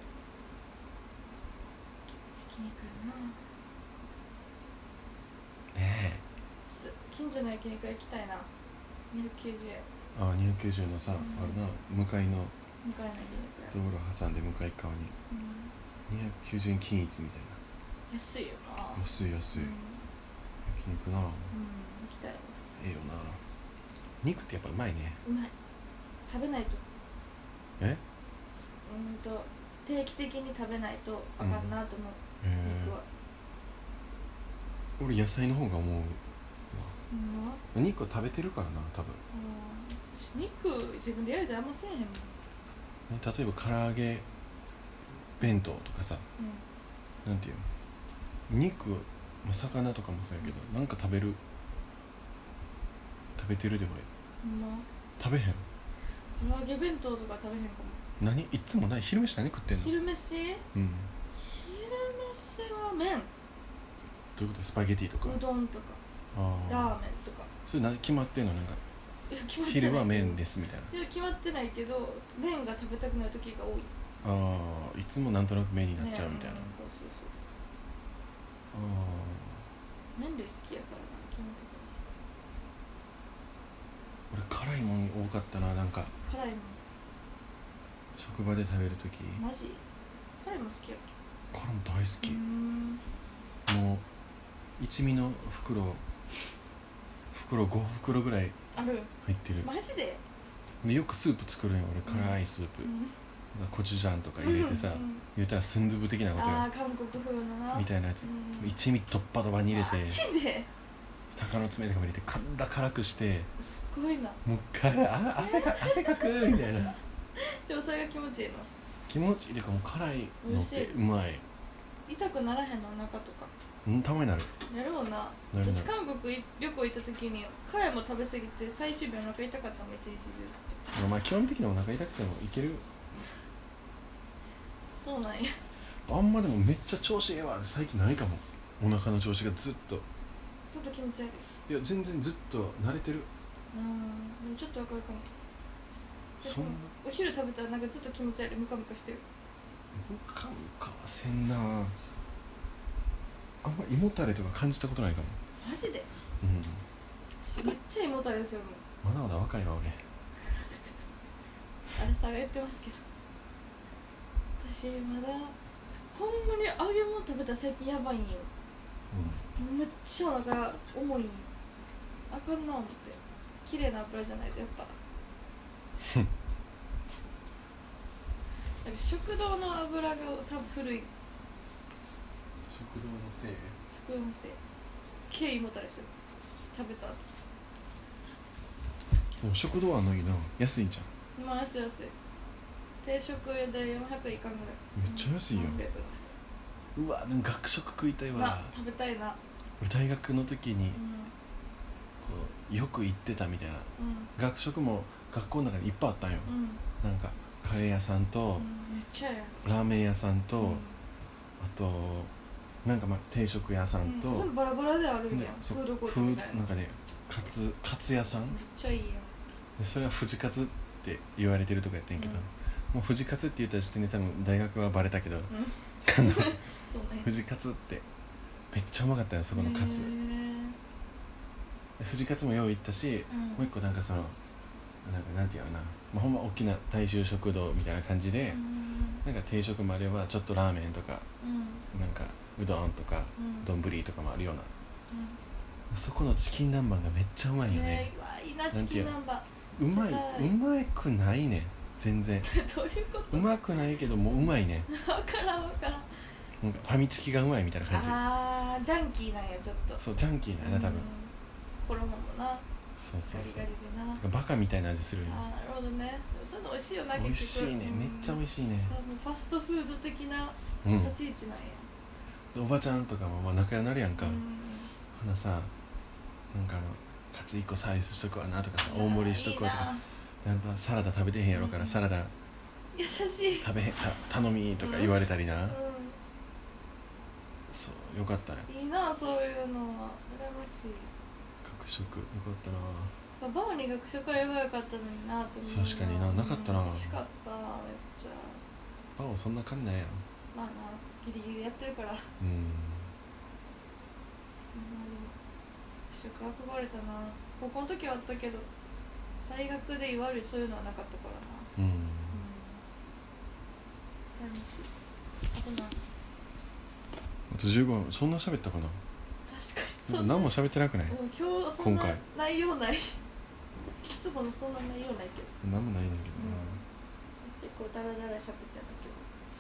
焼肉やな。 ねえ。 ちょっと近所の焼肉屋行きたいな。290円。 ああ、290円のさ、あるな、向かいの向かいの焼肉屋。 道路挟んで向かい側に、290円均一みたいな。 安いよな。 安い、焼肉な。 行きたいわ。 ええよな。肉ってやっぱうまいね。 うまい。食べないと。定期的に食べないとあかんなと思う、肉は。 俺野菜の方が思うわ。肉は食べてるからな、多分。 肉自分で焼いてあんませえへんもん。 例えば唐揚げ弁当とかさ、なんていうの、肉、魚とかもそうやけど、なんか食べてるで俺。食べへん。 唐揚げ弁当とか食べへんかも。 何いつも昼飯何食ってんの？ 昼飯？昼飯は麺。 どういうこと？スパゲティとかうどんとかラーメンとか。 それ決まってんの？なんか昼は麺ですみたいな。 いや決まってないけど、麺が食べたくなる時が多い。 ああ、いつもなんとなく麺になっちゃうみたいな。そう麺類好きやからな、基本的に。俺辛いもん多かったな。なんか辛いもん職場で食べるとき。 マジ？辛いもん好きやっけ？ 辛いもん大好き。もう一味の袋5袋ぐらい入ってる。 マジで？ でよくスープ作るんよ俺、辛いスープ、コチュジャンとか入れてさ、言うたらスンドゥブ的なことよ。 韓国風のなみたいなやつ、一味ドッパドバに入れて、 マジで？ 鷹の爪とかも入れて辛くして、 すごいな。 もう汗かくみたいな。 でもそれが気持ちいいの？ 気持ちいい。てかもう辛いのってうまい。 痛くならへんの？お腹とかたまになる。 なるもんな。私韓国旅行行った時に辛いも食べ過ぎて最終日お腹痛かったもん、一日中ずっと。 まあ基本的にお腹痛くてもいける。 そうなんや。 あんまでもめっちゃ調子ええわ最近ないかも。お腹の調子がずっと気持ち悪い。 いや全然ずっと慣れてる。 でもちょっとわかるかも。 そんなお昼食べたらなんかずっと気持ち悪い、ムカムカしてる。 ムカムカはせんな。あんま胃もたれとか感じたことないかも。 マジで？めっちゃ胃もたれするもん。 まだまだ若いわ俺。 あれさが言ってますけど、私まだほんまに揚げ物食べたら最近やばいんよ。めっちゃお腹重いんよ。あかんな思って。綺麗な油じゃないとやっぱなんか食堂の油が多分古い。 食堂のせい？ 食堂のせい。すっげえ胃もたれする食べた後。 でも食堂はのいいな。安いんじゃん。 まあ安い。定食で400円いかんぐらい。 めっちゃ安いよ。うわでも学食食いたいわ。 食べたいな。 俺大学の時に、こうよく行ってたみたいな、学食も学校の中にいっぱいあったんよ、なんかカレー屋さんと、 めっちゃやラーメン屋さんと、あとなんか定食屋さんと、 バラバラであるんや、フードコートみたいな。 なんかねカツ屋さん、めっちゃいいやん。 でそれは藤カツって言われてるとかやってんけど、もう藤カツって言った時点で多分大学はバレたけど、藤カツってめっちゃうまかったよそこのカツ。藤カツもよう行ったし、もう一個なんかそのなんていうのかな、ほんま大きな大衆食堂みたいな感じで、なんか定食もあればちょっとラーメンとか、なんかうどんとか丼とかもあるようなそこのチキン南蛮がめっちゃうまいよね。 いいなチキン南蛮。 うまくないね全然。 どういうこと？ うまくないけどもうまいね。 分からんなんかファミチキがうまいみたいな感じ。 あージャンキーなんやちょっと。 そうジャンキーなんやな多分。 衣もな。 そうガリガリでな。 バカみたいな味するよ。 なるほどね。そういうの美味しいよな。 美味しいね、めっちゃ美味しいね。 ファストフード的な立ち位置なんや。 おばちゃんとかもまあ仲良くなるやんか。ほなさ、なんかカツ1個サービスしとくわなとかさ、大盛りしとくわとか、なんかサラダ食べてへんやろからサラダ優しい頼みとか言われたりな。そうよかったよ。 いいなそういうのは羨ましい。 学食よかったな。 バオに学食あればよかったのになって思う。 確かになかったな。 美味しかっためっちゃ。 バオそんな感じないやろ。 まあなギリギリやってるから。学食憧れたな。高校の時はあったけど大学でいわゆるそういうのはなかったからな。羨ましい。 あと15分。そんな喋ったかな。 確かにそう。 何も喋ってなくない？ 今日そんな内容ない。いつものそんな内容ないけど。 何もないねんけどな。 結構ダラダラ喋ってたけど。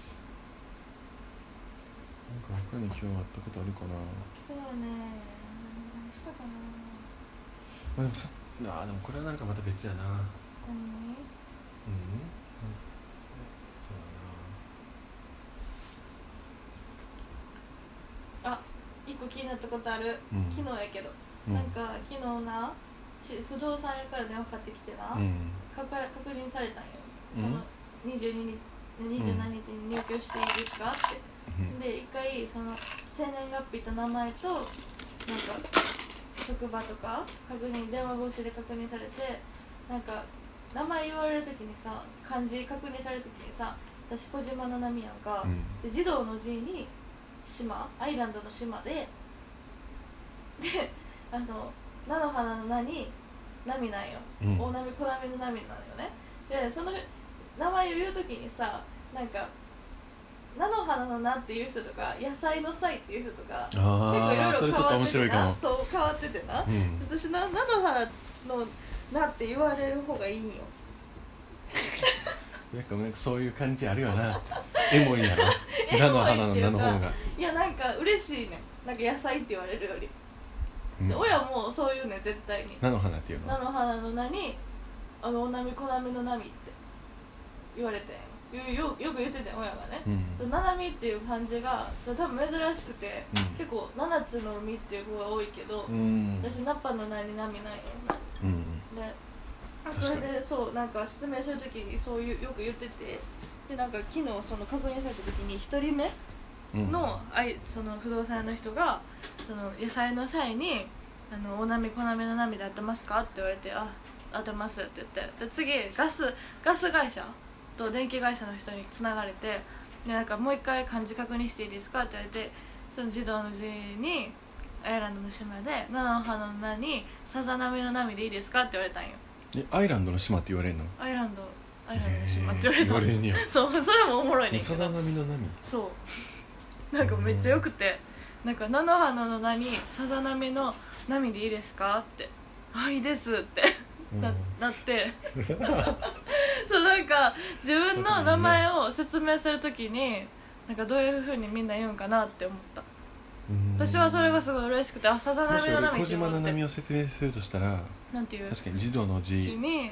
なんか他に今日あったことあるかな。 今日はね、何したかな。 まあでもでもこれはなんかまた別やな。 何？ そうやな。あ、一個気になったことある。昨日やけど。なんか昨日な、不動産屋から電話かかってきてな、確認されたんよ。その27日に入居していいですかって。で一回その生年月日と名前となんか職場とか電話越しで確認されて、なんか名前言われる時にさ、漢字確認される時にさ、私小島の波やんか、で児童の字に島、アイランドの島で菜の花の名に波なんよ、大波小波の波なんよね。でその名前を言う時にさ、なんか菜の花の名っていう人とか野菜の菜っていう人とか結構いろいろ変わっててな。それちょっと面白いかも。そう変わっててな、私菜の花の名って言われる方がいいんよ。 なんかそういう感じあるよな。エモいやろ。菜の花の名の方が。いやなんか嬉しいね。なんか野菜って言われるより。で親もそう言うね絶対に。 菜の花っていうの。 菜の花の名に大波小波の波って言われてよく言ってたよ親がね。七海っていう漢字が多分珍しくて、結構7つの海っていう子が多いけど、私ナッパの名に波ないよな。でそれでそうなんか説明するときにそういうよく言ってて、でなんか昨日その確認されたときに1人目の、その不動産屋の人がその野菜の際に大波小波の波で合ってますかって言われて、あ合ってますって言って、で次ガス会社と電気会社の人に繋がれて、でなんかもう一回漢字確認していいですかって言われて、その児童の字にアイランドの島で菜の花の名にさざ波の波でいいですかって言われたんよ。 アイランドの島って言われるの？アイランドの島って言われた。 言われんや。 そうそれもおもろいねんけど。 さざ波の波。 そうなんかめっちゃよくて、なんか菜の花の名にさざ波の波でいいですかってあいいですってなってそうなんか自分の名前を説明するときになんかどういうふうにみんな言うんかなって思った。私はそれがすごい嬉しくて、さざ波の波って小島の波を説明するとしたらなんていう？ 確かに児童の字に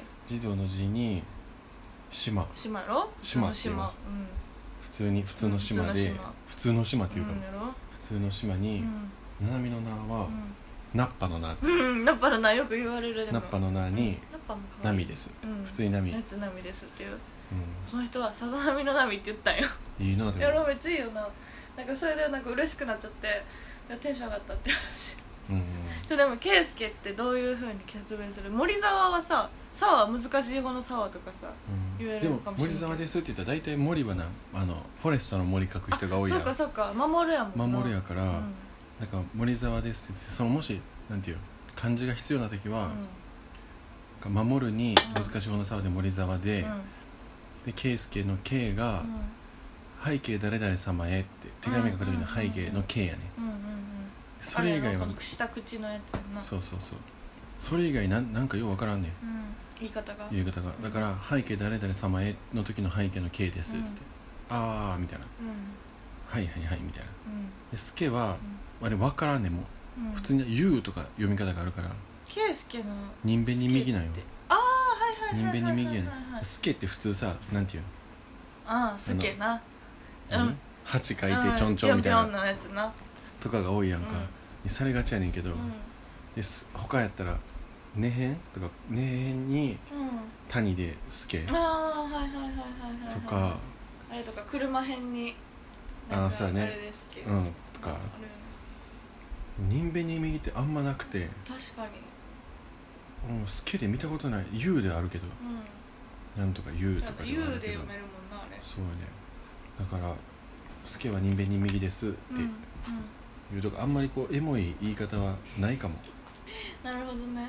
島やろ？ 島って言います。普通の島で普通の島っていうか普通の島に七海の名はナッパの名って、 ナッパの名よく言われる。 ナッパの名に波です、普通に波夏波ですっていう、その人はさざ波の波って言ったんよ。 いいな。でもやろめっちゃいいよな。なんかそれでなんか嬉しくなっちゃってテンション上がったって話。でも圭介ってどういう風に説明する？森沢はさ、沢難しい方の沢とかさ、言えるかもしれない。 でも森沢ですって言ったら大体森はなフォレストの森書く人が多いやん。 そうか守るやもんな。 守るやから、だから森沢ですってそのもしなんていう漢字が必要な時は、守るに難しい方の沢で森沢で、で圭介の圭が、背景誰々様へって手紙書く時の背景の圭やね、 それ以外は下口のやつやな。 そうそれ以外なんかようわからんねん、 言い方がだから背景誰々様への時の背景の K ですっつって、あーみたいな、はいはいはいみたいな、でスケは、あれわからんねんもう、普通に U とか読み方があるから、 ケイスケの人弁に右なんよ。 ああはいはいはい人弁に右やねん。スケって普通さ、なんていうの、 ああスケな、 8書いてちょんちょんみたいなのやつなとかが多いやんか、にされがちやねんけど、他やったらねへんとかねへんに谷でスケああはいはいはいはいとか、 あれとか車編にああそうやね、 あれですけどとか人弁に右ってあんまなくて、 確かにスケで見たことない。 U であるけど、なんとか U とかで U ではあるけど、 読めるもんなあれ。 そうやね。だからスケは人弁に右ですっていうとか、あんまりこうエモい言い方はないかも。 なるほどね、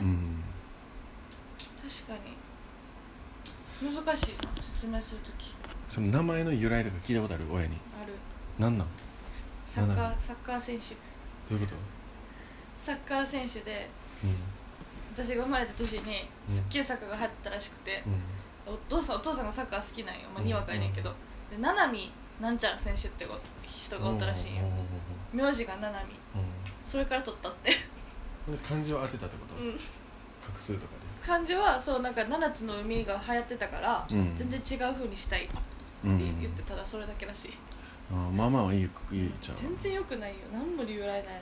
確かに難しいな説明するとき。 その名前の由来とか聞いたことある？親に。 ある。 なんなん？ サッカー選手。 どういうこと？ サッカー選手で、私が生まれた年にすっげえサッカーが流行ったらしくて、お父さんがサッカー好きなんよ、にわかやねんけど、で七海なんちゃら選手って人がおったらしいんよ、名字が七海、それから取ったって。 漢字を当てたってこと？画数とかで。漢字はそう、なんか7つの海が流行ってたから、全然違う風にしたいって言って、ただそれだけらしい。 まあまあいいじゃん。 全然良くないよ、何の理由らいないの。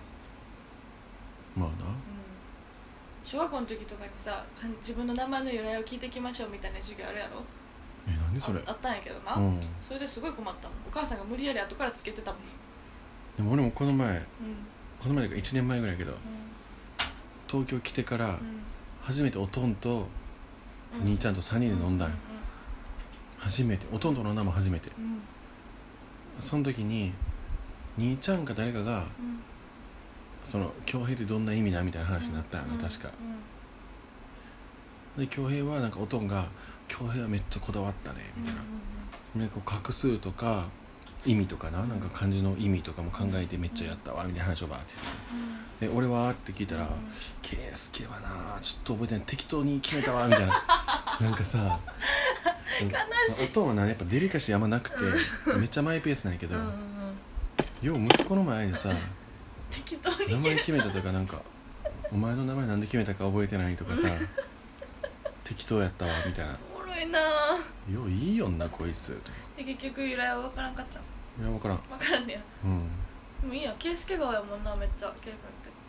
まあな、 小学校の時とかにさ、自分の名前の由来を聞いていきましょうみたいな授業あるやろ。 何それ。 あったんやけどな、それですごい困ったもん。お母さんが無理やり後からつけてたもん。 でも俺もこの前か1年前ぐらいやけど、東京来てから初めておとんと兄ちゃんと3人で飲んだんよ、初めて。おとんと飲んだも初めて、その時に兄ちゃんか誰かが、その恭平ってどんな意味だみたいな話になったよな、確か。で恭平はなんかおとんが恭平はめっちゃこだわったねみたいな、なんか画数とか意味とかなんか漢字の意味とかも考えてめっちゃやったわみたいな話をバーってして、で俺はって聞いたら、圭介はなちょっと覚えてない、適当に決めたわみたいななんかさおとんはなやっぱデリカシーあんまなくて、めっちゃマイペースなんやけど、よう息子の前でさ適当に名前決めたとか、なんかお前の名前なんで決めたか覚えてないとかさ適当やったわみたいな。 おもろいな。 よういいよんなこいつ。 で結局由来は分からんかった。 いや分からん。 分からんねや。でもいいや、圭介川やもんな、めっちゃ圭介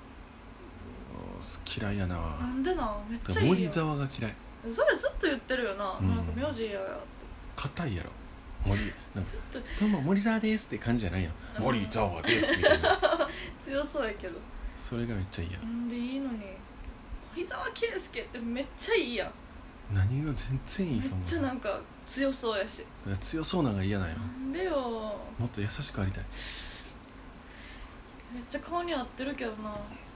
って嫌いやな。 なんでな、めっちゃいいよ。 森沢が嫌い。 それずっと言ってるよな、なんか名字やって硬いやろ森なんかどうも森沢ですって感じじゃないやん、森沢ですみたいな強そうやけど、 それがめっちゃいいやん。 なんでいいのに。森沢圭介ってめっちゃいいやん。 何が全然いいと思う。 めっちゃなんか強そうやし。 強そうなのが嫌なんよ。 なんでよ。もっと優しくありたい。 めっちゃ顔に合ってるけどな。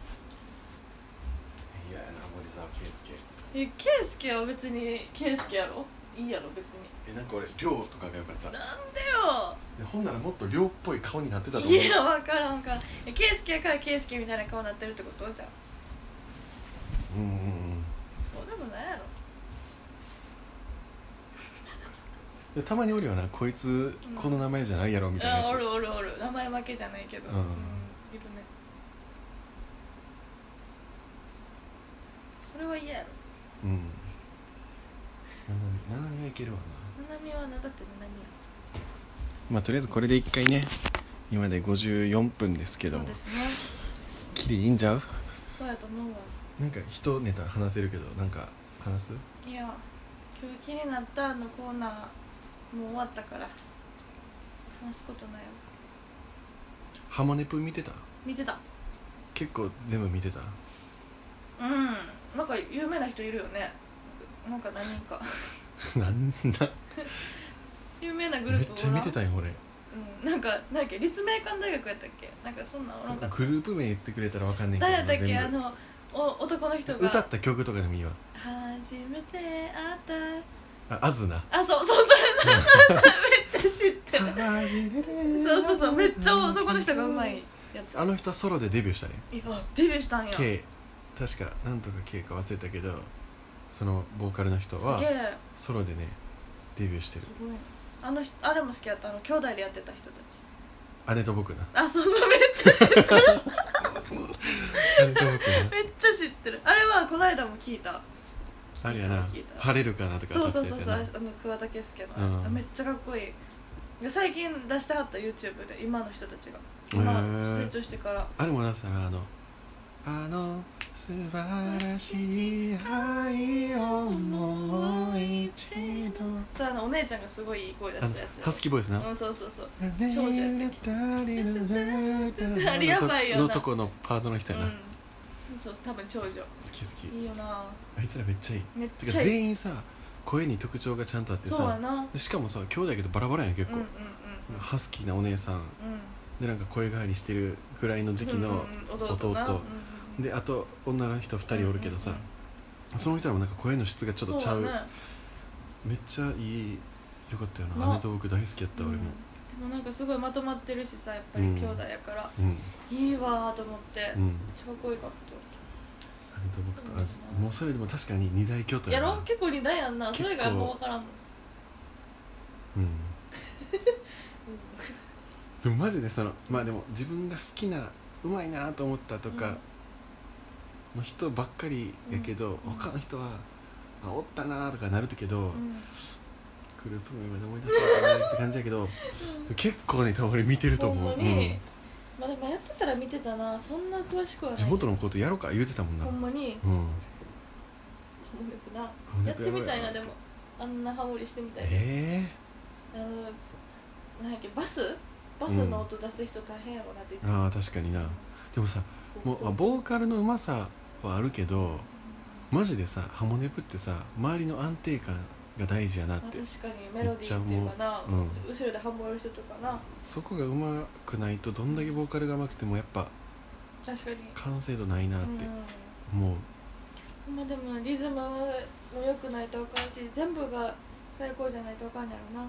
嫌やな森沢圭介。 圭介は別に圭介やろ、いいやろ別に。 なんか俺亮とかがよかった。 なんでよ。 ほんならもっと亮っぽい顔になってたと思う。 いや分からん圭介やから圭介みたいな顔になってるってことじゃん。そうでもないやろ。 でたまにおるよな、こいつこの名前じゃないやろみたいなやつ。 おる名前負けじゃないけど、いるね。それは嫌やろ。 ななみはいけるわな。ななみはな、だってななみや。 まあとりあえずこれで一回ね、今で54分ですけども、 そうですね、 きりいいんちゃう。 そうやと思うわ。 なんか一ネタ話せるけど、なんか話す。 いや今日気になったのコーナーもう終わったから話すことないよ。 ハモネプ見てた？ 見てた。 結構全部見てた。 なんか有名な人いるよね。なんか何人かなんだ有名なグループ。 めっちゃ見てたよ俺。 なんか何やっけ、立命館大学やったっけ、なんかそんななんかグループ名言ってくれたらわかんないけど。 誰やったっけ、男の人が歌った曲とかでもいいわ。 初めて会ったあずな。 そうめっちゃ知ってる。そうめっちゃ男の人がうまい。 やつ。 あの人はソロでデビューしたね。 デビューしたんや。 K 確かなんとか K か忘れたけど、そのボーカルの人はソロでねデビューしてる。 すごい。あれも好きやった。兄弟でやってた人たち。 姉と僕な。 そうそう、めっちゃ知ってる。 姉と僕な。 めっちゃ知ってる。あれはこの間も聞いた。 あれやな、晴れるかなとか。 そうそうそうそう、桑田佳祐の、めっちゃかっこいい。最近出してはった YouTube で今の人たちが今成長してから。 あれもだったら素晴らしい愛をもう一度。 それお姉ちゃんがすごいいい声出したやつ。 ハスキーボイスな。 そうそうそう。少女やったっけ。あれやばいよな。 のとこのパートの人やな。 そう、多分長女。好き好き。 いいよな。 あいつらめっちゃいい。 めっちゃいい。 全員さ声に特徴がちゃんとあってさ。 そうやな。 しかもさ兄弟やけどバラバラやん結構。ハスキーなお姉さん。でなんか声変わりしてるぐらいの時期の弟。であと女の人2人おるけどさ、その人らもなんか声の質がちょっとちゃう。めっちゃいい。よかったよな。姉と僕大好きやった俺も。 でもなんかすごいまとまってるしさ、やっぱり兄弟やから、いいわと思って、めっちゃかっこいいかった。 姉と僕ともうそれでも確かに二大巨頭やろ。結構二大やんな。それがもう分からんもん。 でもマジでそのまあでも自分が好きなうまいなと思ったとかの人ばっかりやけど、他の人はおったなとかなるけど、グループ名まで思い出せないって感じやけど、結構ね多分俺見てると思う。 まあでもやってたら見てたな。そんな詳しくはない。 地元のことやろうか言うてたもんな。 ほんまに。やってみたいな。でもあんなハモリしてみたい。なんやっけ、バスの音出す人大変やろなって言って。 確かにな。でもさもうボーカルのうまさはあるけど、マジでさハモネプってさ周りの安定感が大事やなって。 確かにメロディーっていうかな、後ろでハモる人とかな、そこがうまくないとどんだけボーカルがうまくてもやっぱ確かに完成度ないなって思う。 まあでもリズムも良くないとあかんし、全部が最高じゃないとあかんやろな。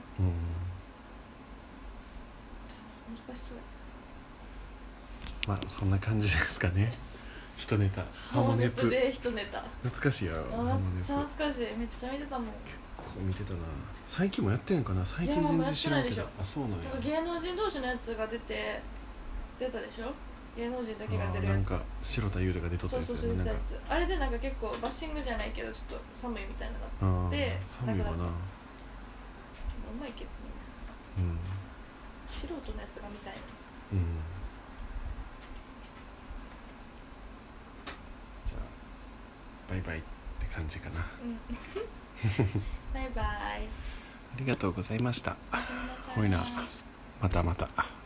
難しそうや。 まあそんな感じですかね。一ネタハモネプで一ネタ懐かしいやろ。 めっちゃ懐かしい。めっちゃ見てたもん。 結構見てたな。最近もやってんかな。最近全然知らんけど。そうなんや。 芸能人同士のやつが出たでしょ。芸能人だけが出るやつ。 なんか白田優斗が出とったやつやね。 あれでなんか結構バッシングじゃないけどちょっと寒いみたいなのがあって、 寒いかな。うまいけどみんな。素人のやつが見たいな。 じゃあバイバイって感じかな。 バイバイ。 ありがとうございました。ほいな。またまた。